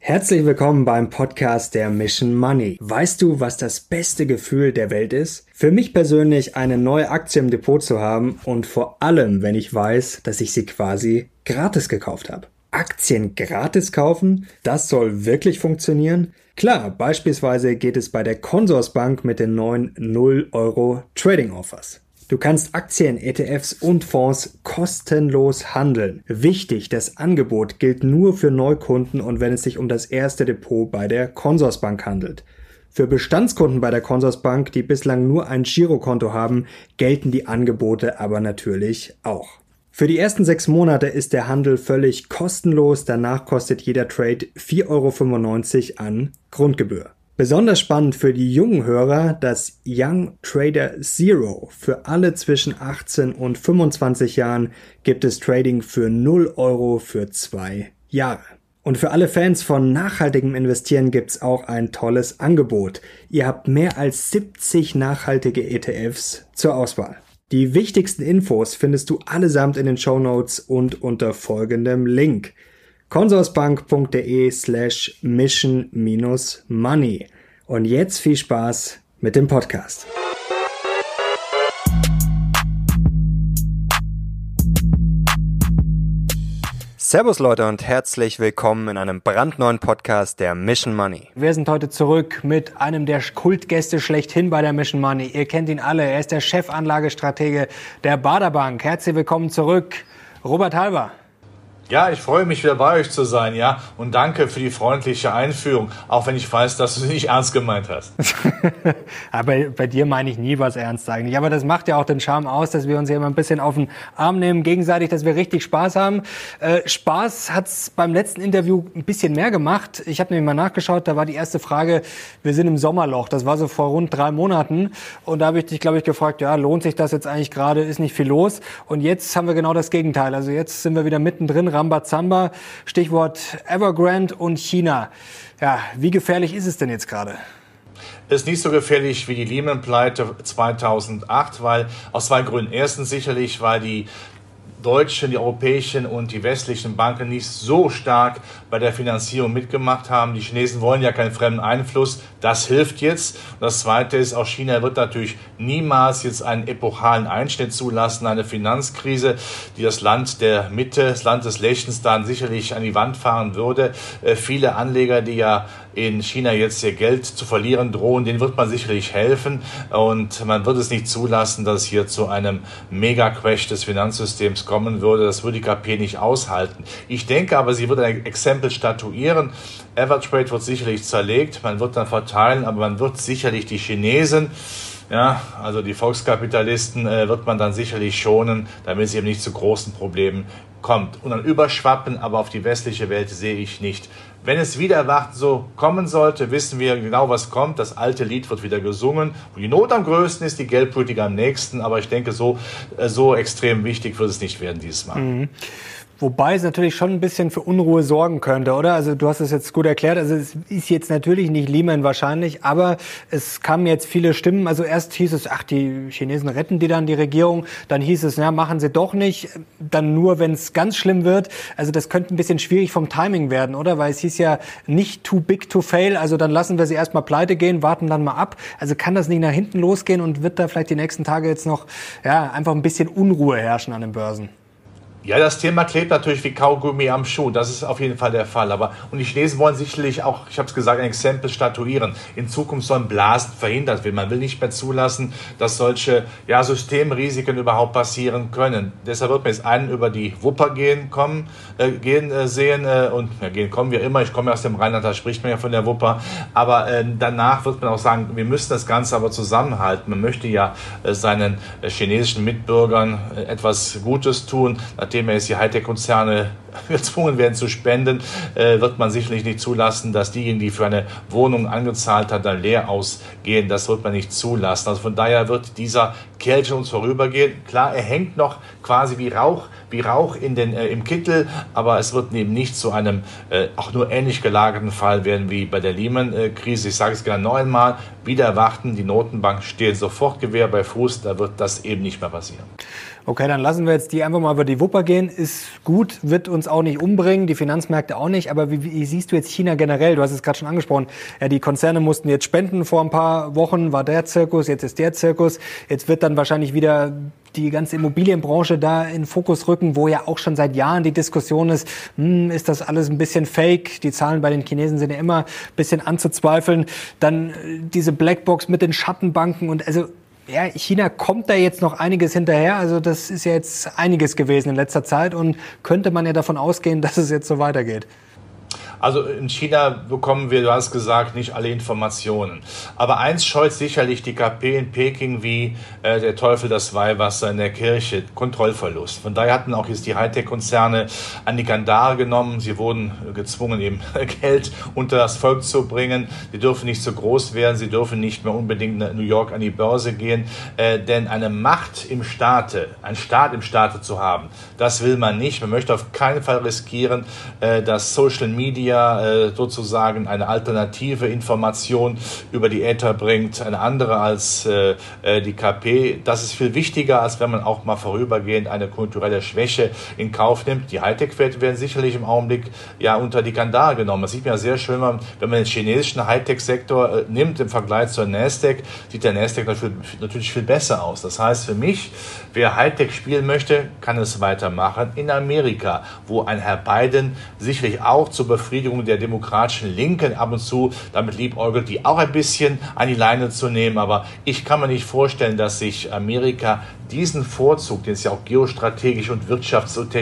Herzlich willkommen beim Podcast der Mission Money. Weißt du, was das beste Gefühl der Welt ist? Für mich persönlich eine neue Aktie im Depot zu haben und vor allem, wenn ich weiß, dass ich sie quasi gratis gekauft habe. Aktien gratis kaufen? Das soll wirklich funktionieren? Klar, beispielsweise geht es bei der Consorsbank mit den neuen 0 Euro Trading Offers. Du kannst Aktien, ETFs und Fonds kostenlos handeln. Wichtig, das Angebot gilt nur für Neukunden und wenn es sich um das erste Depot bei der Consorsbank handelt. Für Bestandskunden bei der Consorsbank, die bislang nur ein Girokonto haben, gelten die Angebote aber natürlich auch. Für die ersten 6 Monate ist der Handel völlig kostenlos, danach kostet jeder Trade 4,95 € an Grundgebühr. Besonders spannend für die jungen Hörer, das Young Trader Zero. Für alle zwischen 18 und 25 Jahren gibt es Trading für 0 Euro für 2 Jahre. Und für alle Fans von nachhaltigem Investieren gibt's auch ein tolles Angebot. Ihr habt mehr als 70 nachhaltige ETFs zur Auswahl. Die wichtigsten Infos findest du allesamt in den Shownotes und unter folgendem Link: consorsbank.de/mission-money. Und jetzt viel Spaß mit dem Podcast. Servus Leute und herzlich willkommen in einem brandneuen Podcast der Mission Money. Wir sind heute zurück mit einem der Kultgäste schlechthin bei der Mission Money. Ihr kennt ihn alle, er ist der Chefanlagestratege der Baader Bank. Herzlich willkommen zurück, Robert Halber. Ja, ich freue mich, wieder bei euch zu sein, ja. Und danke für die freundliche Einführung, auch wenn ich weiß, dass du sie nicht ernst gemeint hast. Aber bei dir meine ich nie was ernst eigentlich. Aber das macht ja auch den Charme aus, dass wir uns hier immer ein bisschen auf den Arm nehmen, gegenseitig, dass wir richtig Spaß haben. Spaß hat's beim letzten Interview ein bisschen mehr gemacht. Ich habe nämlich mal nachgeschaut, da war die erste Frage, wir sind im Sommerloch. Das war so vor rund 3 Monaten. Und da habe ich dich, glaube ich, gefragt, ja, lohnt sich das jetzt eigentlich gerade, ist nicht viel los. Und jetzt haben wir genau das Gegenteil. Also jetzt sind wir wieder mittendrin, Rambazamba, Stichwort Evergrande und China. Ja, wie gefährlich ist es denn jetzt gerade? Ist nicht so gefährlich wie die Lehman-Pleite 2008, weil aus 2 Gründen. Erstens sicherlich, weil die deutschen, die europäischen und die westlichen Banken nicht so stark bei der Finanzierung mitgemacht haben. Die Chinesen wollen ja keinen fremden Einfluss. Das hilft jetzt. Und das Zweite ist, auch China wird natürlich niemals jetzt einen epochalen Einschnitt zulassen, eine Finanzkrise, die das Land der Mitte, das Land des Lächelns dann sicherlich an die Wand fahren würde. Viele Anleger, die ja in China jetzt ihr Geld zu verlieren drohen, denen wird man sicherlich helfen und man wird es nicht zulassen, dass es hier zu einem Mega-Crash des Finanzsystems kommen würde. Das würde die KP nicht aushalten. Ich denke aber, sie wird ein Exempel statuieren. Evertrade wird sicherlich zerlegt, man wird dann verteilen, aber man wird sicherlich die Chinesen, ja, also die Volkskapitalisten, wird man dann sicherlich schonen, damit es eben nicht zu großen Problemen kommt. Und dann überschwappen, aber auf die westliche Welt sehe ich nicht. Wenn es wieder erwarten so kommen sollte, wissen wir genau, was kommt. Das alte Lied wird wieder gesungen. Wo die Not am größten ist, die Geldpolitik am nächsten. Aber ich denke, so extrem wichtig wird es nicht werden dieses Mal. Mhm. Wobei es natürlich schon ein bisschen für Unruhe sorgen könnte, oder? Also du hast es jetzt gut erklärt. Also es ist jetzt natürlich nicht Lehman wahrscheinlich, aber es kamen jetzt viele Stimmen. Also erst hieß es, ach, die Chinesen retten die dann die Regierung. Dann hieß es, ja, machen sie doch nicht. Dann nur, wenn es ganz schlimm wird. Also das könnte ein bisschen schwierig vom Timing werden, oder? Weil es hieß ja nicht too big to fail. Also dann lassen wir sie erstmal pleite gehen, warten dann mal ab. Also kann das nicht nach hinten losgehen und wird da vielleicht die nächsten Tage jetzt noch, ja, einfach ein bisschen Unruhe herrschen an den Börsen? Ja, das Thema klebt natürlich wie Kaugummi am Schuh. Das ist auf jeden Fall der Fall. Und die Chinesen wollen sicherlich auch, ich habe es gesagt, ein Exempel statuieren. In Zukunft sollen Blasen verhindert werden. Man will nicht mehr zulassen, dass solche Systemrisiken überhaupt passieren können. Deshalb wird man jetzt einen über die Wupper gehen sehen. Gehen kommen wir immer. Ich komme ja aus dem Rheinland, da spricht man ja von der Wupper. Aber danach wird man auch sagen, wir müssen das Ganze aber zusammenhalten. Man möchte ja seinen chinesischen Mitbürgern etwas Gutes tun. Nachdem jetzt die Hightech-Konzerne gezwungen werden zu spenden, wird man sicherlich nicht zulassen, dass diejenigen, die für eine Wohnung angezahlt haben, dann leer ausgehen. Das wird man nicht zulassen. Also von daher wird dieser Kelch uns vorübergehen. Klar, er hängt noch quasi wie Rauch im Kittel, aber es wird eben nicht zu einem auch nur ähnlich gelagerten Fall werden wie bei der Lehman-Krise. Ich sage es gerne noch einmal, wieder erwarten, die Notenbank steht sofort Gewehr bei Fuß, da wird das eben nicht mehr passieren. Okay, dann lassen wir jetzt die einfach mal über die Wupper gehen. Ist gut, wird uns auch nicht umbringen, die Finanzmärkte auch nicht. Aber wie siehst du jetzt China generell? Du hast es gerade schon angesprochen. Ja, die Konzerne mussten jetzt spenden. Vor ein paar Wochen war der Zirkus, jetzt ist der Zirkus. Jetzt wird dann wahrscheinlich wieder die ganze Immobilienbranche da in den Fokus rücken, wo ja auch schon seit Jahren die Diskussion ist, ist das alles ein bisschen fake? Die Zahlen bei den Chinesen sind ja immer ein bisschen anzuzweifeln. Dann diese Blackbox mit den Schattenbanken und also ja, China kommt da jetzt noch einiges hinterher. Also das ist ja jetzt einiges gewesen in letzter Zeit und könnte man ja davon ausgehen, dass es jetzt so weitergeht. Also in China bekommen wir, du hast gesagt, nicht alle Informationen. Aber eins scheut sicherlich die KP in Peking wie der Teufel das Weihwasser in der Kirche, Kontrollverlust. Von daher hatten auch jetzt die Hightech-Konzerne an die Kandare genommen. Sie wurden gezwungen, eben Geld unter das Volk zu bringen. Sie dürfen nicht so groß werden, sie dürfen nicht mehr unbedingt nach New York an die Börse gehen. Denn eine Macht im Staate, ein Staat im Staate zu haben, das will man nicht. Man möchte auf keinen Fall riskieren, dass Social Media sozusagen eine alternative Information über die Äther bringt, eine andere als die KP. Das ist viel wichtiger, als wenn man auch mal vorübergehend eine kulturelle Schwäche in Kauf nimmt. Die Hightech-Werte werden sicherlich im Augenblick ja unter die Kandare genommen. Das sieht man ja sehr schön, wenn man den chinesischen Hightech-Sektor nimmt im Vergleich zur Nasdaq, sieht der Nasdaq natürlich viel besser aus. Das heißt für mich, wer Hightech spielen möchte, kann es weitermachen in Amerika, wo ein Herr Biden sicherlich auch zur Befriedigung der demokratischen Linken ab und zu damit liebäugelt, die auch ein bisschen an die Leine zu nehmen. Aber ich kann mir nicht vorstellen, dass sich Amerika diesen Vorzug, den es ja auch geostrategisch und wirtschafts- und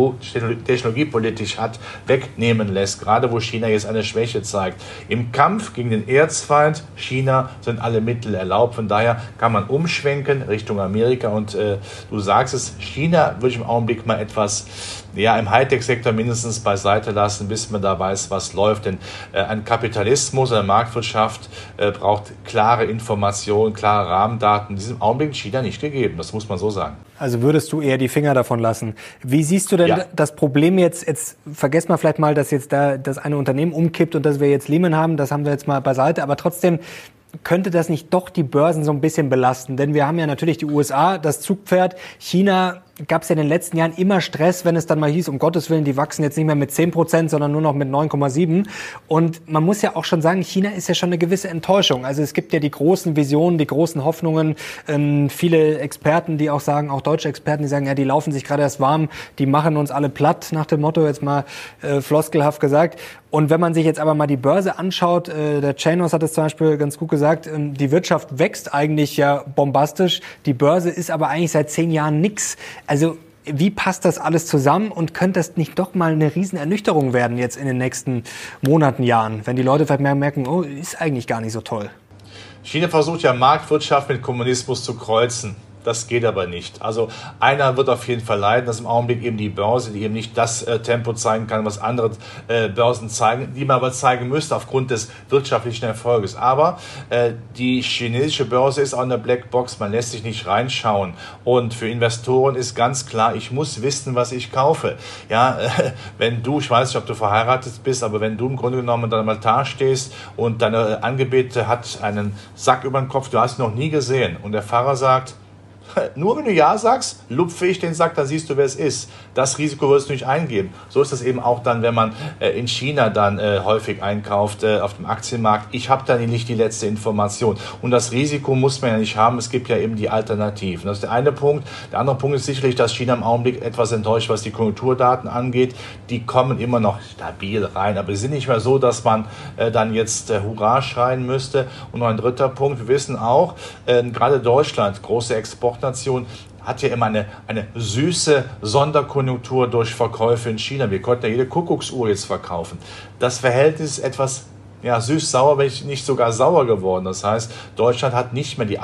technologiepolitisch hat, wegnehmen lässt. Gerade wo China jetzt eine Schwäche zeigt. Im Kampf gegen den Erzfeind China sind alle Mittel erlaubt. Von daher kann man umschwenken Richtung Amerika. Und du sagst es, China würde ich im Augenblick mal etwas im Hightech-Sektor mindestens beiseite lassen, bis man da weiß, was läuft. Denn ein Kapitalismus, eine Marktwirtschaft braucht klare Informationen, klare Rahmendaten. Die sind im Augenblick in China nicht gegeben, das muss man so sagen. Also würdest du eher die Finger davon lassen. Wie siehst du denn das Problem jetzt vergessen wir vielleicht mal, dass jetzt da das eine Unternehmen umkippt und dass wir jetzt Lehman haben, das haben wir jetzt mal beiseite, aber trotzdem könnte das nicht doch die Börsen so ein bisschen belasten? Denn wir haben ja natürlich die USA, das Zugpferd. China gab es ja in den letzten Jahren immer Stress, wenn es dann mal hieß, um Gottes Willen, die wachsen jetzt nicht mehr mit 10%, sondern nur noch mit 9,7. Und man muss ja auch schon sagen, China ist ja schon eine gewisse Enttäuschung. Also es gibt ja die großen Visionen, die großen Hoffnungen. Viele Experten, die auch sagen, auch deutsche Experten, die sagen, ja, die laufen sich gerade erst warm, die machen uns alle platt, nach dem Motto, jetzt mal floskelhaft gesagt. Und wenn man sich jetzt aber mal die Börse anschaut, der Chanos hat es zum Beispiel ganz gut gesagt, die Wirtschaft wächst eigentlich ja bombastisch, die Börse ist aber eigentlich seit 10 Jahren nix. Also wie passt das alles zusammen und könnte das nicht doch mal eine riesen Ernüchterung werden jetzt in den nächsten Monaten, Jahren, wenn die Leute vielleicht merken, oh, ist eigentlich gar nicht so toll. China versucht ja Marktwirtschaft mit Kommunismus zu kreuzen. Das geht aber nicht. Also einer wird auf jeden Fall leiden, das ist im Augenblick eben die Börse, die eben nicht das Tempo zeigen kann, was andere Börsen zeigen, die man aber zeigen müsste aufgrund des wirtschaftlichen Erfolges. Aber die chinesische Börse ist auch eine Blackbox, man lässt sich nicht reinschauen. Und für Investoren ist ganz klar, ich muss wissen, was ich kaufe. Ja, wenn du, ich weiß nicht, ob du verheiratet bist, aber wenn du im Grunde genommen an deinem Altar stehst und deine Angebete hat einen Sack über den Kopf, du hast ihn noch nie gesehen und der Pfarrer sagt, nur wenn du Ja sagst, lupfe ich den Sack, dann siehst du, wer es ist. Das Risiko wirst du nicht eingehen. So ist es eben auch dann, wenn man in China dann häufig einkauft auf dem Aktienmarkt. Ich habe dann nicht die letzte Information. Und das Risiko muss man ja nicht haben. Es gibt ja eben die Alternativen. Das ist der eine Punkt. Der andere Punkt ist sicherlich, dass China im Augenblick etwas enttäuscht, was die Konjunkturdaten angeht. Die kommen immer noch stabil rein. Aber sie sind nicht mehr so, dass man dann jetzt Hurra schreien müsste. Und noch ein dritter Punkt. Wir wissen auch, gerade Deutschland, große Exportnation, hat ja immer eine süße Sonderkonjunktur durch Verkäufe in China. Wir konnten ja jede Kuckucksuhr jetzt verkaufen. Das Verhältnis ist etwas süß-sauer, wenn nicht sogar sauer geworden. Das heißt, Deutschland hat nicht mehr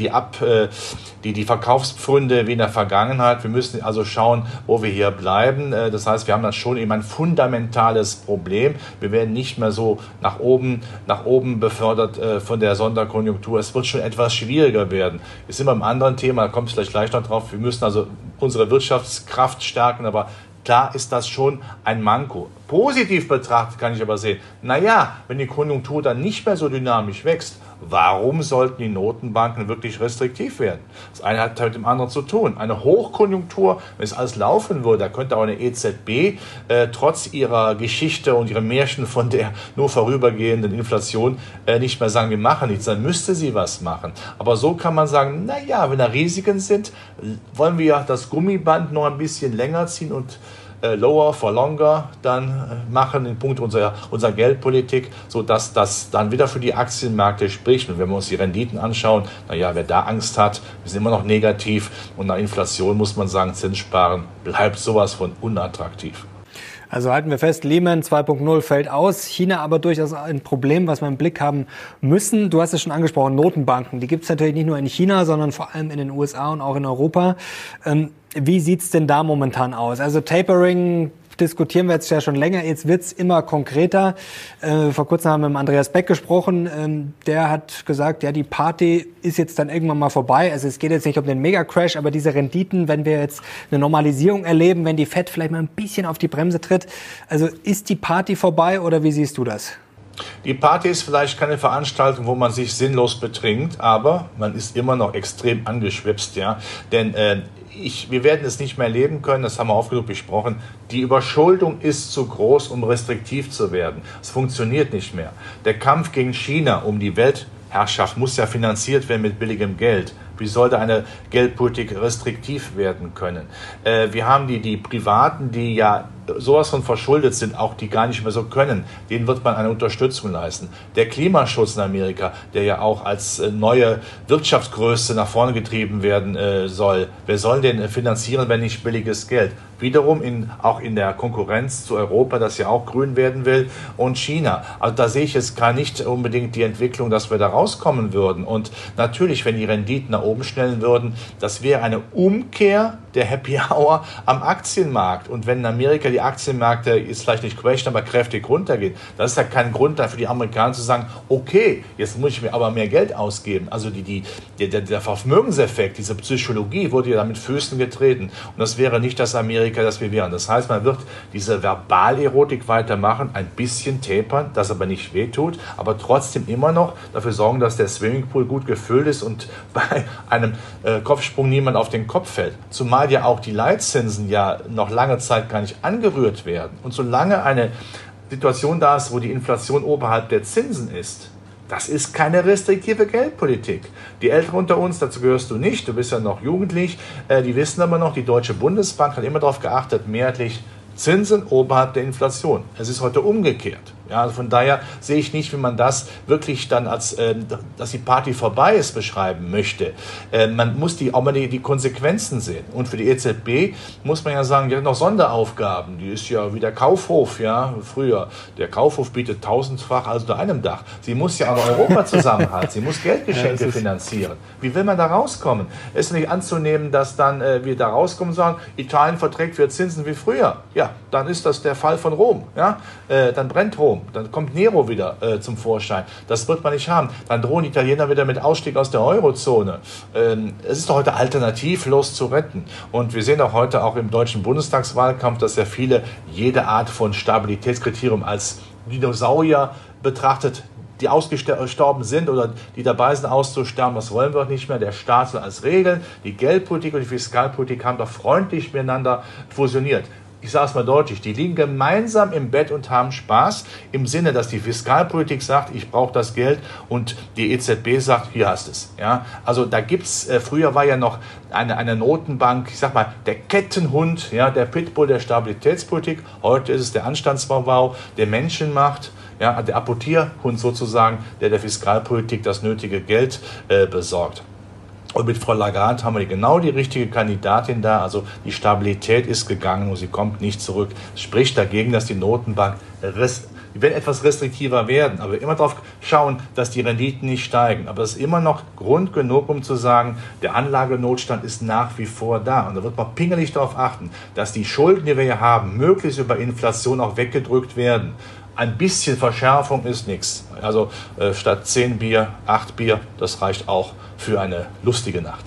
die Verkaufspfründe wie in der Vergangenheit. Wir müssen also schauen, wo wir hier bleiben. Das heißt, wir haben dann schon eben ein fundamentales Problem. Wir werden nicht mehr so nach oben befördert von der Sonderkonjunktur. Es wird schon etwas schwieriger werden. Jetzt sind wir beim anderen Thema, da kommt es vielleicht gleich noch drauf. Wir müssen also unsere Wirtschaftskraft stärken, aber klar ist das schon ein Manko. Positiv betrachtet kann ich aber sehen, naja, wenn die Konjunktur dann nicht mehr so dynamisch wächst, warum sollten die Notenbanken wirklich restriktiv werden? Das eine hat mit dem anderen zu tun. Eine Hochkonjunktur, wenn es alles laufen würde, da könnte auch eine EZB trotz ihrer Geschichte und ihrem Märchen von der nur vorübergehenden Inflation nicht mehr sagen, wir machen nichts, dann müsste sie was machen. Aber so kann man sagen, naja, wenn da Risiken sind, wollen wir das Gummiband noch ein bisschen länger ziehen und lower for longer dann machen in Punkt unserer Geldpolitik, sodass das dann wieder für die Aktienmärkte spricht. Und wenn wir uns die Renditen anschauen, naja, wer da Angst hat, wir sind immer noch negativ. Und nach Inflation muss man sagen, Zinssparen bleibt sowas von unattraktiv. Also halten wir fest, Lehman 2.0 fällt aus, China aber durchaus ein Problem, was wir im Blick haben müssen. Du hast es schon angesprochen, Notenbanken, die gibt es natürlich nicht nur in China, sondern vor allem in den USA und auch in Europa. Wie sieht's denn da momentan aus? Also Tapering diskutieren wir jetzt ja schon länger, jetzt wird's immer konkreter. Vor kurzem haben wir mit Andreas Beck gesprochen, der hat gesagt, ja, die Party ist jetzt dann irgendwann mal vorbei. Also es geht jetzt nicht um den Mega-Crash, aber diese Renditen, wenn wir jetzt eine Normalisierung erleben, wenn die Fed vielleicht mal ein bisschen auf die Bremse tritt, also ist die Party vorbei oder wie siehst du das? Die Party ist vielleicht keine Veranstaltung, wo man sich sinnlos betrinkt, aber man ist immer noch extrem angeschwipst, ja, denn wir werden es nicht mehr erleben können, das haben wir oft genug besprochen. Die Überschuldung ist zu groß, um restriktiv zu werden. Es funktioniert nicht mehr. Der Kampf gegen China um die Weltherrschaft muss ja finanziert werden mit billigem Geld. Wie sollte eine Geldpolitik restriktiv werden können? Wir haben die Privaten, die ja sowas von verschuldet sind, auch die gar nicht mehr so können. Denen wird man eine Unterstützung leisten. Der Klimaschutz in Amerika, der ja auch als neue Wirtschaftsgröße nach vorne getrieben werden soll. Wer soll den finanzieren, wenn nicht billiges Geld? Wiederum auch in der Konkurrenz zu Europa, das ja auch grün werden will, und China. Also da sehe ich jetzt gar nicht unbedingt die Entwicklung, dass wir da rauskommen würden. Und natürlich, wenn die Renditen nach oben schnellen würden, das wäre eine Umkehr der Happy Hour am Aktienmarkt. Und wenn in Amerika die Aktienmärkte jetzt vielleicht nicht crashen, aber kräftig runtergehen, das ist ja kein Grund für die Amerikaner zu sagen, okay, jetzt muss ich mir aber mehr Geld ausgeben. Also der Vermögenseffekt, diese Psychologie wurde ja da mit Füßen getreten. Und das wäre nicht das Amerika, das wir wären. Das heißt, man wird diese Verbalerotik weitermachen, ein bisschen tapern, das aber nicht wehtut, aber trotzdem immer noch dafür sorgen, dass der Swimmingpool gut gefüllt ist und bei einem Kopfsprung niemand auf den Kopf fällt. Zumal ja auch die Leitzinsen ja noch lange Zeit gar nicht angerührt werden. Und solange eine Situation da ist, wo die Inflation oberhalb der Zinsen ist, das ist keine restriktive Geldpolitik. Die Älteren unter uns, dazu gehörst du nicht, du bist ja noch jugendlich, die wissen aber noch, die Deutsche Bundesbank hat immer darauf geachtet, mehrheitlich Zinsen oberhalb der Inflation. Es ist heute umgekehrt. Ja, also von daher sehe ich nicht, wie man das wirklich dann als, dass die Party vorbei ist, beschreiben möchte. Man muss auch mal die Konsequenzen sehen. Und für die EZB muss man ja sagen, die hat noch Sonderaufgaben. Die ist ja wie der Kaufhof, ja, früher. Der Kaufhof bietet tausendfach, also unter einem Dach. Sie muss ja aber Europa zusammenhalten. Sie muss Geldgeschenke finanzieren. Wie will man da rauskommen? Es ist nicht anzunehmen, dass dann wir da rauskommen und sagen, Italien verträgt für Zinsen wie früher. Ja, dann ist das der Fall von Rom. Ja? Dann brennt Rom. Dann kommt Nero wieder zum Vorschein. Das wird man nicht haben. Dann drohen die Italiener wieder mit Ausstieg aus der Eurozone. Es ist doch heute alternativlos zu retten. Und wir sehen auch heute auch im deutschen Bundestagswahlkampf, dass ja viele jede Art von Stabilitätskriterium als Dinosaurier betrachtet, die ausgestorben sind oder die dabei sind auszusterben. Das wollen wir nicht mehr. Der Staat soll als Regeln, die Geldpolitik und die Fiskalpolitik haben doch freundlich miteinander fusioniert. Ich sage es mal deutlich, die liegen gemeinsam im Bett und haben Spaß, im Sinne, dass die Fiskalpolitik sagt, ich brauche das Geld, und die EZB sagt, hier hast es. Ja? Also da gibt's, früher war ja noch eine Notenbank, ich sag mal, der Kettenhund, ja, der Pitbull der Stabilitätspolitik. Heute ist es der Anstandsbau, der Menschen macht, ja, der Apportierhund sozusagen, der Fiskalpolitik das nötige Geld besorgt. Und mit Frau Lagarde haben wir genau die richtige Kandidatin da. Also die Stabilität ist gegangen und sie kommt nicht zurück. Spricht dagegen, dass die Notenbank etwas restriktiver werden, aber immer darauf schauen, dass die Renditen nicht steigen. Aber es ist immer noch Grund genug, um zu sagen, der Anlagenotstand ist nach wie vor da. Und da wird man pingelig darauf achten, dass die Schulden, die wir hier haben, möglichst über Inflation auch weggedrückt werden. Ein bisschen Verschärfung ist nichts. Also statt 10 Bier, 8 Bier, das reicht auch für eine lustige Nacht.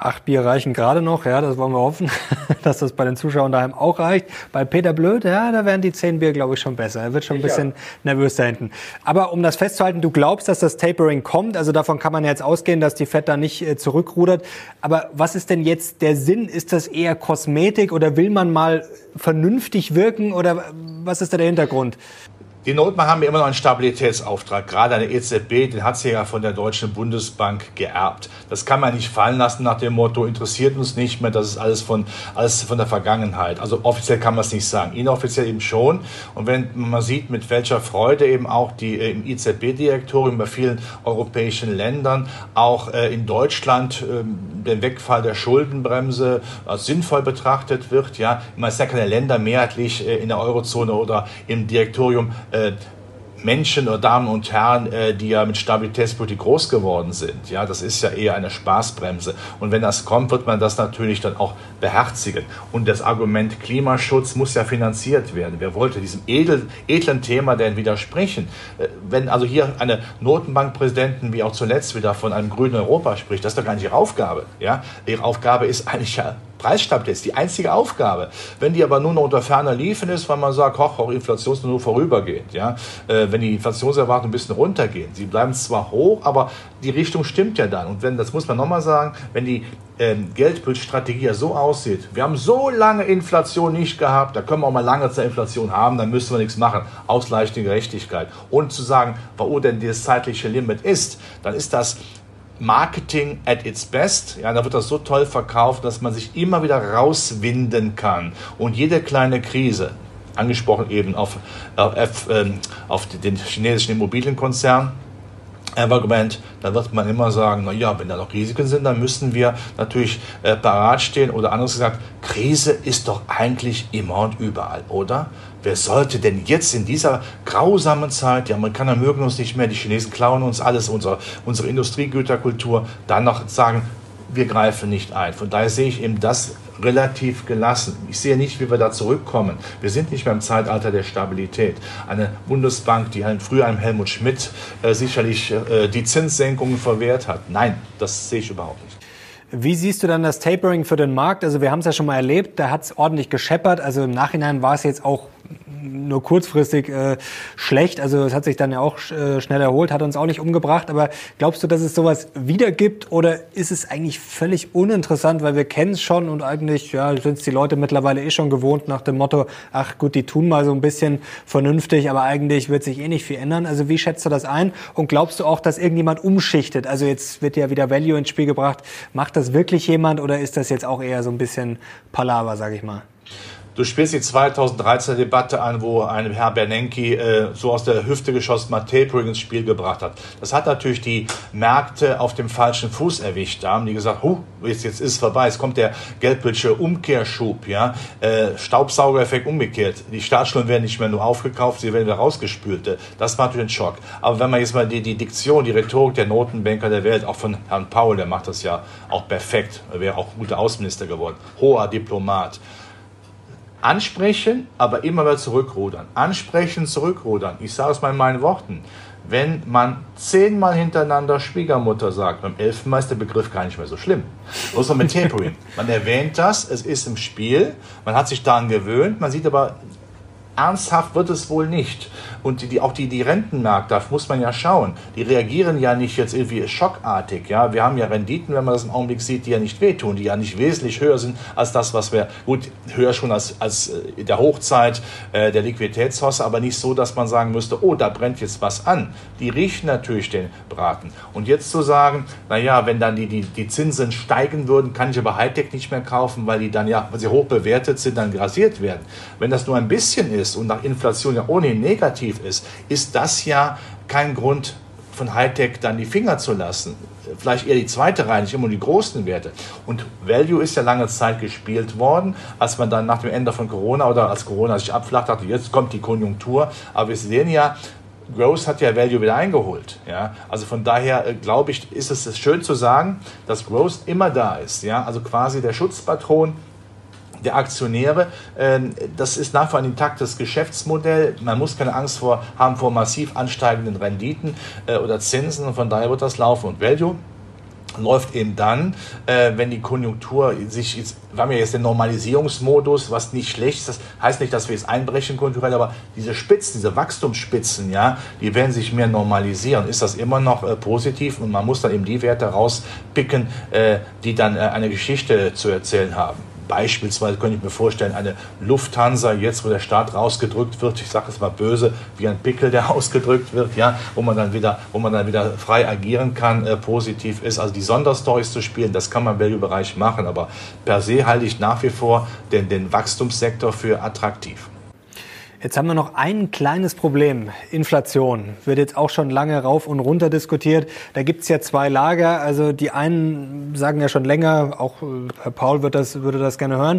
8 Bier reichen gerade noch, ja, das wollen wir hoffen, dass das bei den Zuschauern daheim auch reicht. Bei Peter Blöd, ja, da wären die 10 Bier, glaube ich, schon besser. Er wird schon ein bisschen nervös da hinten. Aber um das festzuhalten, du glaubst, dass das Tapering kommt, also davon kann man ja jetzt ausgehen, dass die Fed da nicht zurückrudert. Aber was ist denn jetzt der Sinn? Ist das eher Kosmetik oder will man mal vernünftig wirken oder was ist da der Hintergrund? Die Notenbanken haben ja immer noch einen Stabilitätsauftrag. Gerade eine EZB, den hat sie ja von der Deutschen Bundesbank geerbt. Das kann man nicht fallen lassen nach dem Motto, interessiert uns nicht mehr, das ist alles von der Vergangenheit. Also offiziell kann man es nicht sagen, inoffiziell eben schon. Und wenn man sieht, mit welcher Freude eben auch die im EZB-Direktorium bei vielen europäischen Ländern, auch in Deutschland, den Wegfall der Schuldenbremse als sinnvoll betrachtet wird. Ja, man ist ja keine Länder mehrheitlich in der Eurozone oder im Direktorium Menschen oder Damen und Herren, die ja mit Stabilitätspolitik groß geworden sind. Ja, das ist ja eher eine Spaßbremse. Und wenn das kommt, wird man das natürlich dann auch beherzigen. Und das Argument Klimaschutz muss ja finanziert werden. Wer wollte diesem edlen Thema denn widersprechen? Wenn also hier eine Notenbankpräsidentin wie auch zuletzt wieder von einem grünen Europa spricht, das ist doch gar nicht ihre Aufgabe. Ja? Ihre Aufgabe ist eigentlich ja Preisstabilität, ist die einzige Aufgabe. Wenn die aber nur noch unter ferner Liefen ist, weil man sagt, hoch, Inflation ist nur vorübergehend. Ja? Wenn die Inflationserwartungen ein bisschen runtergehen, sie bleiben zwar hoch, aber die Richtung stimmt ja dann. Und wenn, das muss man nochmal sagen, wenn die Geldpolitikstrategie ja so aussieht, wir haben so lange Inflation nicht gehabt, da können wir auch mal lange Zeit Inflation haben, dann müssen wir nichts machen, ausgleichende Gerechtigkeit. Und zu sagen, wo denn das zeitliche Limit ist, dann ist das Marketing at its best, ja, da wird das so toll verkauft, dass man sich immer wieder rauswinden kann und jede kleine Krise, angesprochen eben auf den chinesischen Immobilienkonzern, Evergrande, da wird man immer sagen, na ja, wenn da noch Risiken sind, dann müssen wir natürlich parat stehen oder anders gesagt, Krise ist doch eigentlich immer und überall, oder? Wer sollte denn jetzt in dieser grausamen Zeit, die Amerikaner mögen uns nicht mehr, die Chinesen klauen uns alles, unsere Industriegüterkultur, dann noch sagen, wir greifen nicht ein. Von daher sehe ich eben das relativ gelassen. Ich sehe nicht, wie wir da zurückkommen. Wir sind nicht mehr im Zeitalter der Stabilität. Eine Bundesbank, die früher einem Helmut Schmidt sicherlich die Zinssenkungen verwehrt hat. Nein, das sehe ich überhaupt nicht. Wie siehst du dann das Tapering für den Markt? Also wir haben es ja schon mal erlebt, da hat es ordentlich gescheppert. Also im Nachhinein war es jetzt auch nur kurzfristig schlecht. Also es hat sich dann ja auch schnell erholt, hat uns auch nicht umgebracht. Aber glaubst du, dass es sowas wieder gibt oder ist es eigentlich völlig uninteressant, weil wir kennen es schon und eigentlich sind es die Leute mittlerweile schon gewohnt nach dem Motto, ach gut, die tun mal so ein bisschen vernünftig, aber eigentlich wird sich nicht viel ändern. Also wie schätzt du das ein? Und glaubst du auch, dass irgendjemand umschichtet? Also jetzt wird ja wieder Value ins Spiel gebracht. Macht das wirklich jemand oder ist das jetzt auch eher so ein bisschen Palaver, sag ich mal? Du spielst die 2013er Debatte an, wo ein Herr Bernanke so aus der Hüfte geschossen mal Tapering ins Spiel gebracht hat. Das hat natürlich die Märkte auf dem falschen Fuß erwischt. Da haben die gesagt, jetzt ist es vorbei, jetzt kommt der geldpolitische Umkehrschub, ja, Staubsaugereffekt umgekehrt. Die Staatsschulden werden nicht mehr nur aufgekauft, sie werden wieder rausgespült. Das war natürlich ein Schock. Aber wenn man jetzt mal die Diktion, die Rhetorik der Notenbanker der Welt, auch von Herrn Powell, der macht das ja auch perfekt, er wäre auch guter Außenminister geworden, hoher Diplomat. Ansprechen, aber immer wieder zurückrudern. Ansprechen, zurückrudern. Ich sage es mal in meinen Worten. Wenn man 10-mal hintereinander Schwiegermutter sagt, beim 11. Mal ist der Begriff gar nicht mehr so schlimm. Außer mit Tapering. Man erwähnt das, es ist im Spiel, man hat sich daran gewöhnt, man sieht aber, ernsthaft wird es wohl nicht. Und auch die Rentenmärkte, da muss man ja schauen, die reagieren ja nicht jetzt irgendwie schockartig. Ja? Wir haben ja Renditen, wenn man das im Augenblick sieht, die ja nicht wehtun, die ja nicht wesentlich höher sind als das, was wir, gut, höher schon als in der Hochzeit der Liquiditätshosse, aber nicht so, dass man sagen müsste, oh, da brennt jetzt was an. Die riechen natürlich den Braten. Und jetzt zu sagen, naja, wenn dann die Zinsen steigen würden, kann ich aber Hightech nicht mehr kaufen, weil die dann ja, weil sie hoch bewertet sind, dann grasiert werden. Wenn das nur ein bisschen ist und nach Inflation ja ohnehin negativ ist das ja kein Grund, von Hightech dann die Finger zu lassen. Vielleicht eher die zweite Reihe, nicht immer die großen Werte. Und Value ist ja lange Zeit gespielt worden, als man dann nach dem Ende von Corona oder als Corona sich abflacht, dachte, jetzt kommt die Konjunktur. Aber wir sehen ja, Growth hat ja Value wieder eingeholt. Ja? Also von daher glaube ich, ist es schön zu sagen, dass Growth immer da ist. Ja? Also quasi der Schutzpatron der Aktionäre, das ist nach wie vor ein intaktes Geschäftsmodell. Man muss keine Angst haben vor massiv ansteigenden Renditen oder Zinsen und von daher wird das laufen. Und Value läuft eben dann, wenn die Konjunktur sich jetzt, wir haben ja jetzt den Normalisierungsmodus, was nicht schlecht ist. Das heißt nicht, dass wir jetzt einbrechen konjunkturell, aber diese Spitzen, diese Wachstumsspitzen, ja, die werden sich mehr normalisieren. Ist das immer noch positiv? Und man muss dann eben die Werte rauspicken, die dann eine Geschichte zu erzählen haben. Beispielsweise könnte ich mir vorstellen, eine Lufthansa, jetzt wo der Staat rausgedrückt wird, ich sage es mal böse, wie ein Pickel, der ausgedrückt wird, ja, wo man dann wieder frei agieren kann, positiv ist. Also die Sonderstorys zu spielen, das kann man im Value-Bereich machen, aber per se halte ich nach wie vor den Wachstumssektor für attraktiv. Jetzt haben wir noch ein kleines Problem. Inflation wird jetzt auch schon lange rauf und runter diskutiert. Da gibt es ja zwei Lager. Also die einen sagen ja schon länger, auch Herr Paul würde das gerne hören,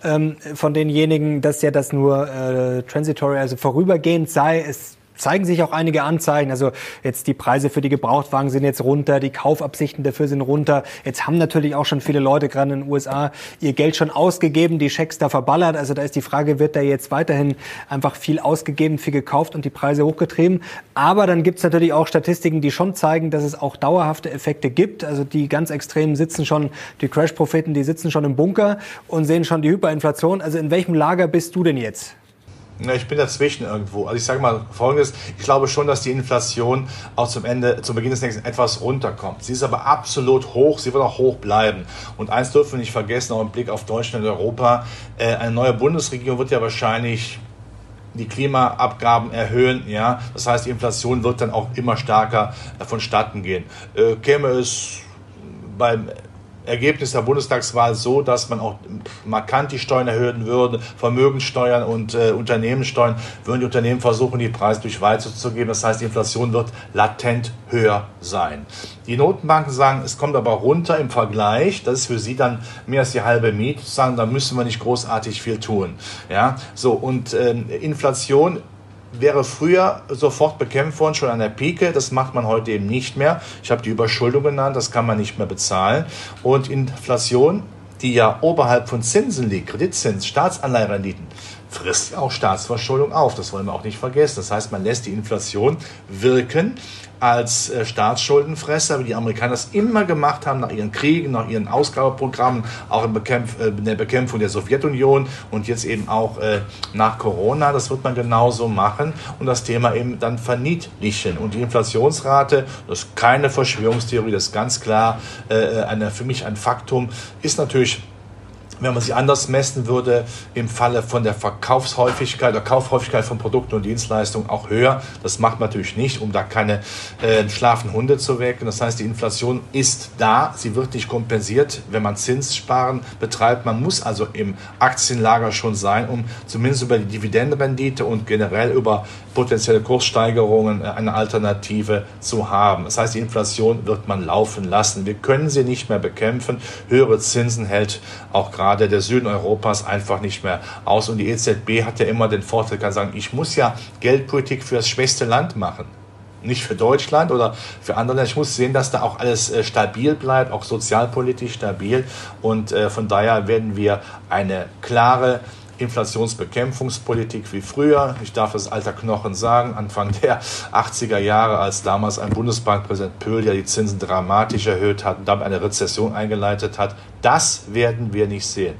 von denjenigen, dass ja das nur transitory, also vorübergehend sei. Es zeigen sich auch einige Anzeichen. Also jetzt die Preise für die Gebrauchtwagen sind jetzt runter, die Kaufabsichten dafür sind runter. Jetzt haben natürlich auch schon viele Leute, gerade in den USA, ihr Geld schon ausgegeben, die Schecks da verballert. Also da ist die Frage, wird da jetzt weiterhin einfach viel ausgegeben, viel gekauft und die Preise hochgetrieben? Aber dann gibt es natürlich auch Statistiken, die schon zeigen, dass es auch dauerhafte Effekte gibt. Also die ganz Extremen sitzen schon, die Crash-Propheten, die sitzen schon im Bunker und sehen schon die Hyperinflation. Also in welchem Lager bist du denn jetzt? Ja, ich bin dazwischen irgendwo. Also ich sage mal Folgendes, ich glaube schon, dass die Inflation auch zum Beginn des nächsten etwas runterkommt. Sie ist aber absolut hoch, sie wird auch hoch bleiben. Und eins dürfen wir nicht vergessen, auch im Blick auf Deutschland und Europa, eine neue Bundesregierung wird ja wahrscheinlich die Klimaabgaben erhöhen, ja. Das heißt, die Inflation wird dann auch immer stärker vonstatten gehen. Käme es beim Ergebnis der Bundestagswahl so, dass man auch markant die Steuern erhöhen würde, Vermögenssteuern und Unternehmenssteuern, würden die Unternehmen versuchen, die Preise durch weiterzugeben. Das heißt, die Inflation wird latent höher sein. Die Notenbanken sagen, es kommt aber runter im Vergleich. Das ist für sie dann mehr als die halbe Miete. Sagen, da müssen wir nicht großartig viel tun. Ja, so, und Inflation wäre früher sofort bekämpft worden, schon an der Pike. Das macht man heute eben nicht mehr. Ich habe die Überschuldung genannt, das kann man nicht mehr bezahlen. Und Inflation, die ja oberhalb von Zinsen liegt, Kreditzins, Staatsanleiherenditen, frisst ja auch Staatsverschuldung auf. Das wollen wir auch nicht vergessen. Das heißt, man lässt die Inflation wirken als Staatsschuldenfresser, wie die Amerikaner das immer gemacht haben, nach ihren Kriegen, nach ihren Ausgabeprogrammen, auch in der Bekämpfung der Sowjetunion und jetzt eben auch nach Corona. Das wird man genauso machen und das Thema eben dann verniedlichen. Und die Inflationsrate, das ist keine Verschwörungstheorie, das ist ganz klar für mich ein Faktum, ist natürlich, wenn man sie anders messen würde, im Falle von der Verkaufshäufigkeit oder Kaufhäufigkeit von Produkten und Dienstleistungen auch höher. Das macht man natürlich nicht, um da keine schlafenden Hunde zu wecken. Das heißt, die Inflation ist da, sie wird nicht kompensiert, wenn man Zinssparen betreibt. Man muss also im Aktienlager schon sein, um zumindest über die Dividendenrendite und generell über potenzielle Kurssteigerungen eine Alternative zu haben. Das heißt, die Inflation wird man laufen lassen. Wir können sie nicht mehr bekämpfen. Höhere Zinsen hält auch gerade der Süden Europas einfach nicht mehr aus. Und die EZB hat ja immer den Vorteil, kann sagen, ich muss ja Geldpolitik für das schwächste Land machen. Nicht für Deutschland oder für andere Länder. Ich muss sehen, dass da auch alles stabil bleibt, auch sozialpolitisch stabil. Und von daher werden wir eine klare Inflationsbekämpfungspolitik wie früher. Ich darf das alter Knochen sagen, Anfang der 80er Jahre, als damals ein Bundesbankpräsident Pöhl ja die Zinsen dramatisch erhöht hat und damit eine Rezession eingeleitet hat. Das werden wir nicht sehen.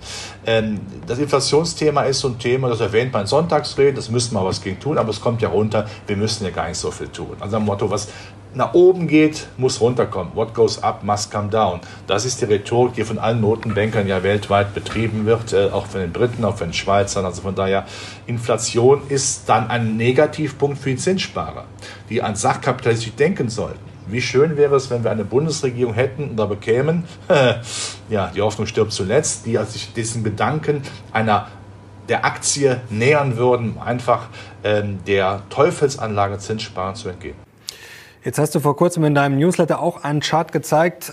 Das Inflationsthema ist so ein Thema, das erwähnt man in Sonntagsreden, das müssen wir was gegen tun, aber es kommt ja runter, wir müssen ja gar nicht so viel tun. Also am Motto, was nach oben geht, muss runterkommen. What goes up must come down. Das ist die Rhetorik, die von allen Notenbankern ja weltweit betrieben wird, auch von den Briten, auch von den Schweizern. Also von daher, Inflation ist dann ein Negativpunkt für die Zinssparer, die an sachkapitalistisch denken sollten. Wie schön wäre es, wenn wir eine Bundesregierung hätten oder bekämen, ja, die Hoffnung stirbt zuletzt, die sich diesen Gedanken der Aktie nähern würden, einfach der Teufelsanlage Zinssparen zu entgehen. Jetzt hast du vor kurzem in deinem Newsletter auch einen Chart gezeigt.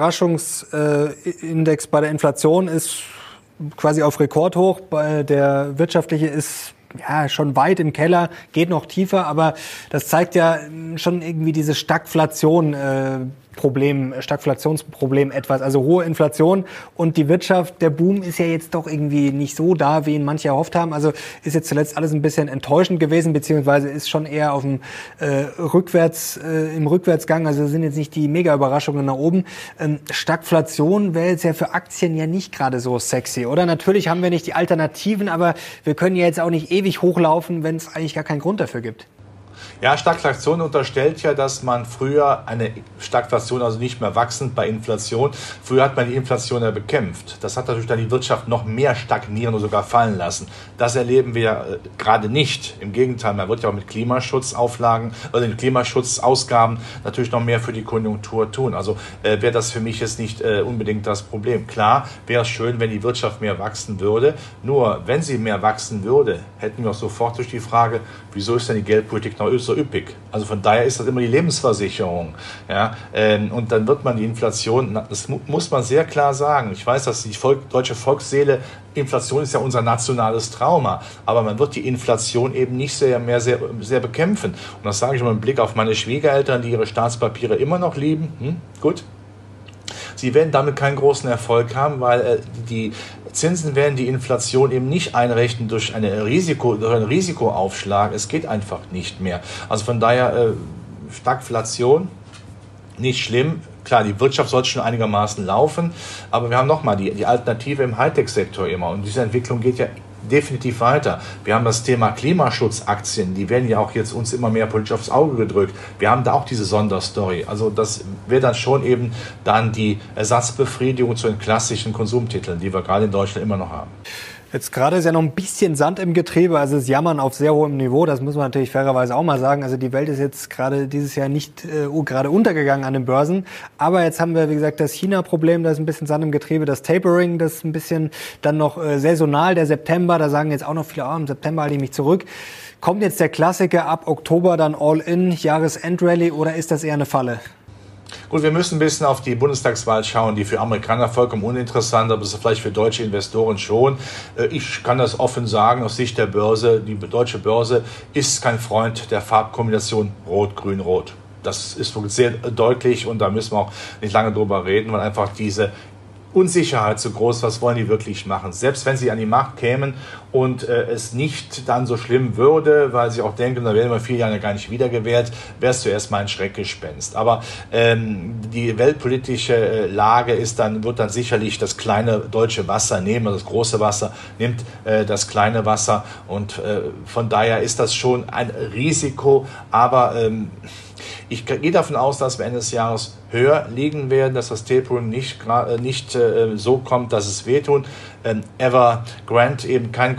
Überraschungsindex bei der Inflation ist quasi auf Rekordhoch. Der wirtschaftliche ist ja schon weit im Keller, geht noch tiefer. Aber das zeigt ja schon irgendwie diese Stagflation, Stagflationsproblem etwas. Also hohe Inflation und die Wirtschaft, der Boom ist ja jetzt doch irgendwie nicht so da, wie ihn manche erhofft haben. Also ist jetzt zuletzt alles ein bisschen enttäuschend gewesen, beziehungsweise ist schon eher auf dem im Rückwärtsgang. Also sind jetzt nicht die Mega-Überraschungen nach oben. Stagflation wäre jetzt ja für Aktien ja nicht gerade so sexy, oder? Natürlich haben wir nicht die Alternativen, aber wir können ja jetzt auch nicht ewig hochlaufen, wenn es eigentlich gar keinen Grund dafür gibt. Ja, Stagflation unterstellt ja, dass man früher eine Stagflation, also nicht mehr wachsend bei Inflation, früher hat man die Inflation ja bekämpft. Das hat natürlich dann die Wirtschaft noch mehr stagnieren oder sogar fallen lassen. Das erleben wir gerade nicht. Im Gegenteil, man wird ja auch mit Klimaschutzauflagen oder den Klimaschutzausgaben natürlich noch mehr für die Konjunktur tun. Also wäre das für mich jetzt nicht unbedingt das Problem. Klar, wäre es schön, wenn die Wirtschaft mehr wachsen würde. Nur, wenn sie mehr wachsen würde, hätten wir auch sofort durch die Frage, wieso ist denn die Geldpolitik noch so üppig? Also von daher ist das immer die Lebensversicherung. Ja? Und dann wird man die Inflation, das muss man sehr klar sagen. Ich weiß, dass die deutsche Volksseele, Inflation ist ja unser nationales Trauma, aber man wird die Inflation eben nicht sehr bekämpfen. Und das sage ich mal mit Blick auf meine Schwiegereltern, die ihre Staatspapiere immer noch lieben. Gut. Sie werden damit keinen großen Erfolg haben, weil die Zinsen werden die Inflation eben nicht einrechnen durch einen Risikoaufschlag. Es geht einfach nicht mehr. Also von daher Stagflation, nicht schlimm. Klar, die Wirtschaft sollte schon einigermaßen laufen, aber wir haben nochmal die Alternative im Hightech-Sektor immer. Und diese Entwicklung geht ja definitiv weiter. Wir haben das Thema Klimaschutzaktien, die werden ja auch jetzt uns immer mehr politisch aufs Auge gedrückt. Wir haben da auch diese Sonderstory. Also das wäre dann schon eben dann die Ersatzbefriedigung zu den klassischen Konsumtiteln, die wir gerade in Deutschland immer noch haben. Jetzt gerade ist ja noch ein bisschen Sand im Getriebe, also es Jammern auf sehr hohem Niveau, das muss man natürlich fairerweise auch mal sagen. Also die Welt ist jetzt gerade dieses Jahr nicht gerade untergegangen an den Börsen, aber jetzt haben wir, wie gesagt, das China-Problem, da ist ein bisschen Sand im Getriebe, das Tapering, das ist ein bisschen dann noch saisonal, der September, da sagen jetzt auch noch viele, im September halte ich mich zurück. Kommt jetzt der Klassiker ab Oktober dann All-In, Jahresendrallye oder ist das eher eine Falle? Gut, wir müssen ein bisschen auf die Bundestagswahl schauen, die für Amerikaner vollkommen uninteressant, aber das ist vielleicht für deutsche Investoren schon. Ich kann das offen sagen, aus Sicht der Börse, die deutsche Börse ist kein Freund der Farbkombination Rot, Grün, Rot. Das ist sehr deutlich und da müssen wir auch nicht lange drüber reden, weil einfach diese Unsicherheit so groß, was wollen die wirklich machen? Selbst wenn sie an die Macht kämen und es nicht dann so schlimm würde, weil sie auch denken, da werden wir 4 Jahre gar nicht wiedergewählt, wäre es zuerst mal ein Schreckgespenst. Aber die weltpolitische Lage wird dann sicherlich das kleine deutsche Wasser nehmen, also das große Wasser nimmt das kleine Wasser und von daher ist das schon ein Risiko, aber ich gehe davon aus, dass wir Ende des Jahres höher liegen werden, dass das Tapering nicht so kommt, dass es wehtut. Evergrande eben keine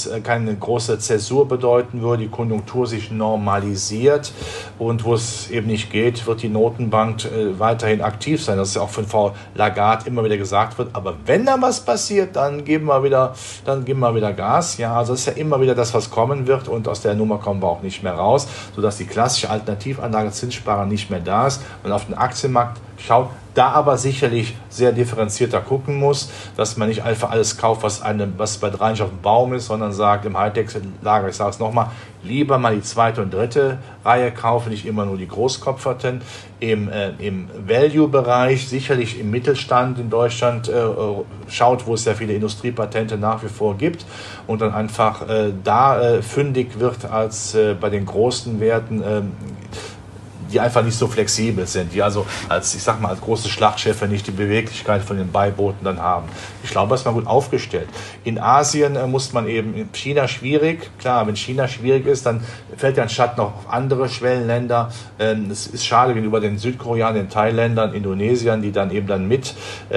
große Zäsur bedeuten würde, die Konjunktur sich normalisiert und wo es eben nicht geht, wird die Notenbank weiterhin aktiv sein. Das ist ja auch von Frau Lagarde immer wieder gesagt wird. Aber wenn da was passiert, dann geben wir wieder Gas. Ja, also das ist ja immer wieder das, was kommen wird und aus der Nummer kommen wir auch nicht mehr raus, sodass die klassische Alternativanlage Zinssparer nicht mehr da ist und auf den Aktienmarkt schaut, da aber sicherlich sehr differenzierter gucken muss, dass man nicht einfach alles kauft, was bei 3 nicht auf dem Baum ist, sondern sagt im Hightech-Lager, ich sage es nochmal, lieber mal die 2. und 3. Reihe kaufen, nicht immer nur die Großkopferten. Im Value-Bereich, sicherlich im Mittelstand in Deutschland, schaut, wo es sehr viele Industriepatente nach wie vor gibt und dann einfach fündig wird als bei den großen Werten, die einfach nicht so flexibel sind, die also als große Schlachtschiffe nicht die Beweglichkeit von den Beibooten dann haben. Ich glaube, das ist mal gut aufgestellt. In Asien muss man eben, in China schwierig, klar, wenn China schwierig ist, dann fällt der Schatten noch auf andere Schwellenländer. Es ist schade gegenüber den Südkoreanern, den Thailändern, Indonesiern, die dann eben mit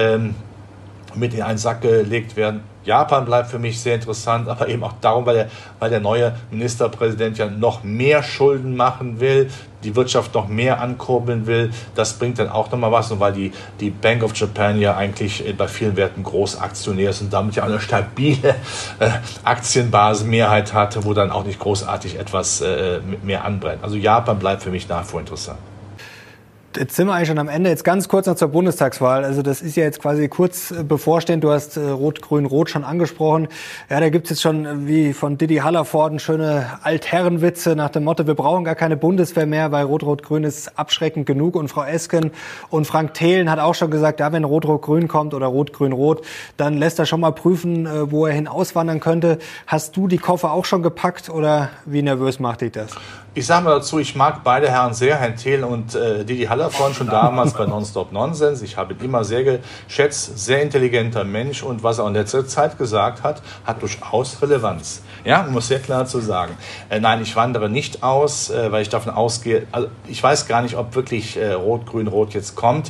in einen Sack gelegt werden. Japan bleibt für mich sehr interessant, aber eben auch darum, weil der neue Ministerpräsident ja noch mehr Schulden machen will, die Wirtschaft noch mehr ankurbeln will. Das bringt dann auch nochmal was, und weil die Bank of Japan ja eigentlich bei vielen Werten Großaktionär ist und damit ja eine stabile Aktienbasenmehrheit hatte, wo dann auch nicht großartig etwas mehr anbrennt. Also Japan bleibt für mich nach wie vor interessant. Jetzt sind wir eigentlich schon am Ende. Jetzt ganz kurz noch zur Bundestagswahl. Also das ist ja jetzt quasi kurz bevorstehend. Du hast Rot-Grün-Rot schon angesprochen. Ja, da gibt's jetzt schon wie von Didi Hallervorden schöne Altherrenwitze nach dem Motto, wir brauchen gar keine Bundeswehr mehr, weil Rot-Rot-Grün ist abschreckend genug. Und Frau Esken und Frank Thelen hat auch schon gesagt, ja, wenn Rot-Rot-Grün kommt oder Rot-Grün-Rot, dann lässt er schon mal prüfen, wo er hin auswandern könnte. Hast du die Koffer auch schon gepackt oder wie nervös macht dich das? Ich sage mal dazu, ich mag beide Herren sehr, Herrn Thelen und Didi Hallervorden, schon damals bei Nonstop Nonsens. Ich habe ihn immer sehr geschätzt, sehr intelligenter Mensch und was er in letzter Zeit gesagt hat, hat durchaus Relevanz. Ja, um es sehr klar zu sagen. Nein, ich wandere nicht aus, weil ich davon ausgehe, also ich weiß gar nicht, ob wirklich Rot-Grün-Rot jetzt kommt.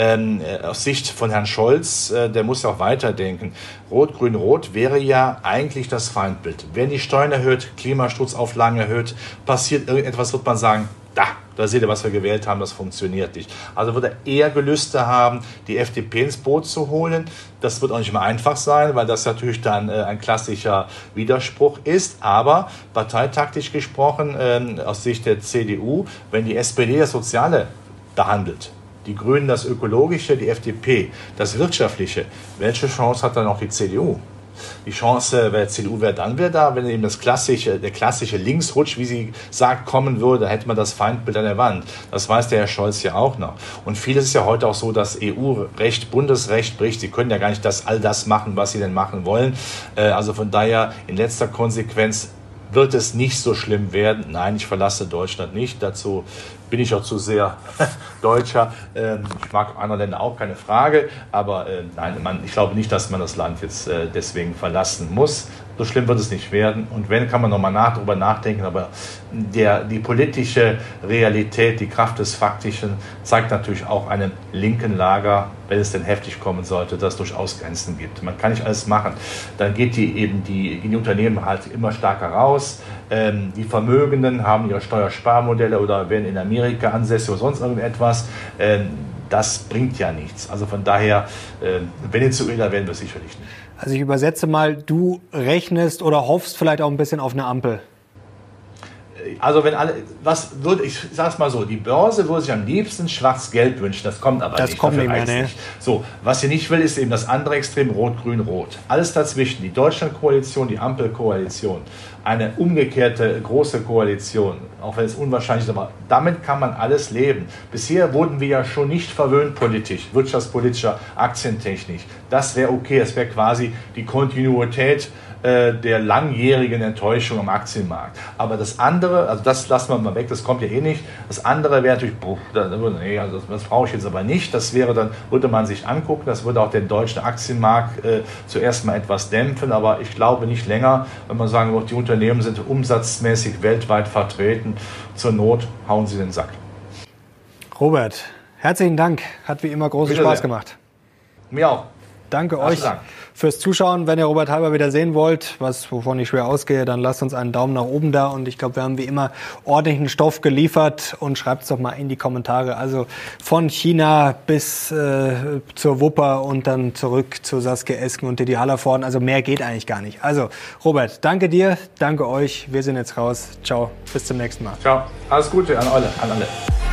Aus Sicht von Herrn Scholz, der muss ja auch weiterdenken. Rot-Grün-Rot wäre ja eigentlich das Feindbild. Wenn die Steuern erhöht, Klimaschutzauflagen erhöht, passiert irgendetwas, wird man sagen, da seht ihr, was wir gewählt haben, das funktioniert nicht. Also wird er eher Gelüste haben, die FDP ins Boot zu holen. Das wird auch nicht mehr einfach sein, weil das natürlich dann ein klassischer Widerspruch ist. Aber parteitaktisch gesprochen, aus Sicht der CDU, wenn die SPD das Soziale behandelt, die Grünen das Ökologische, die FDP das Wirtschaftliche, welche Chance hat dann noch die CDU? Die Chance der CDU wäre dann wieder da, wenn eben der klassische Linksrutsch, wie sie sagt, kommen würde, hätte man das Feindbild an der Wand. Das weiß der Herr Scholz ja auch noch. Und vieles ist ja heute auch so, dass EU-Recht, Bundesrecht bricht. Sie können ja gar nicht all das machen, was sie denn machen wollen. Also von daher in letzter Konsequenz wird es nicht so schlimm werden. Nein, ich verlasse Deutschland nicht. Dazu bin ich auch zu sehr Deutscher. Ich mag andere Länder auch, keine Frage. Aber nein, ich glaube nicht, dass man das Land jetzt deswegen verlassen muss. So schlimm wird es nicht werden. Und wenn, kann man nochmal darüber nachdenken. Aber die politische Realität, die Kraft des Faktischen, zeigt natürlich auch einem linken Lager, wenn es denn heftig kommen sollte, dass es durchaus Grenzen gibt. Man kann nicht alles machen. Dann geht die Unternehmen halt immer stärker raus. Die Vermögenden haben ihre Steuersparmodelle oder werden in Amerika ansässig oder sonst irgendetwas. Das bringt ja nichts. Also von daher, Venezuela werden wir sicherlich nicht. Also ich übersetze mal, du rechnest oder hoffst vielleicht auch ein bisschen auf eine Ampel. Also ich sag's mal so, die Börse würde sich am liebsten schwarz-gelb wünschen, das kommt aber nicht. Das kommt nicht mehr, ne? So, was sie nicht will, ist eben das andere Extrem, Rot-Grün-Rot. Alles dazwischen, die Deutschland-Koalition, die Ampel-Koalition, eine umgekehrte große Koalition, auch wenn es unwahrscheinlich ist, aber damit kann man alles leben. Bisher wurden wir ja schon nicht verwöhnt politisch, wirtschaftspolitischer, aktientechnisch. Das wäre okay, das wäre quasi die Kontinuität der langjährigen Enttäuschung am Aktienmarkt. Aber das andere, also das lassen wir mal weg, das kommt ja eh nicht. Das andere wäre natürlich, das brauche ich jetzt aber nicht. Das wäre dann, würde man sich angucken, das würde auch den deutschen Aktienmarkt zuerst mal etwas dämpfen, aber ich glaube nicht länger, wenn man sagen wird, die Unternehmen sind umsatzmäßig weltweit vertreten. Zur Not hauen sie den Sack. Robert, herzlichen Dank. Hat wie immer großen Spaß gemacht. Mir auch. Danke euch fürs Zuschauen. Wenn ihr Robert Halber wieder sehen wollt, wovon ich schwer ausgehe, dann lasst uns einen Daumen nach oben da. Und ich glaube, wir haben wie immer ordentlichen Stoff geliefert. Und schreibt es doch mal in die Kommentare. Also von China bis zur Wupper und dann zurück zu Saskia Esken und Didi Hallervorden. Also mehr geht eigentlich gar nicht. Also Robert, danke dir, danke euch. Wir sind jetzt raus. Ciao, bis zum nächsten Mal. Ciao, alles Gute an alle.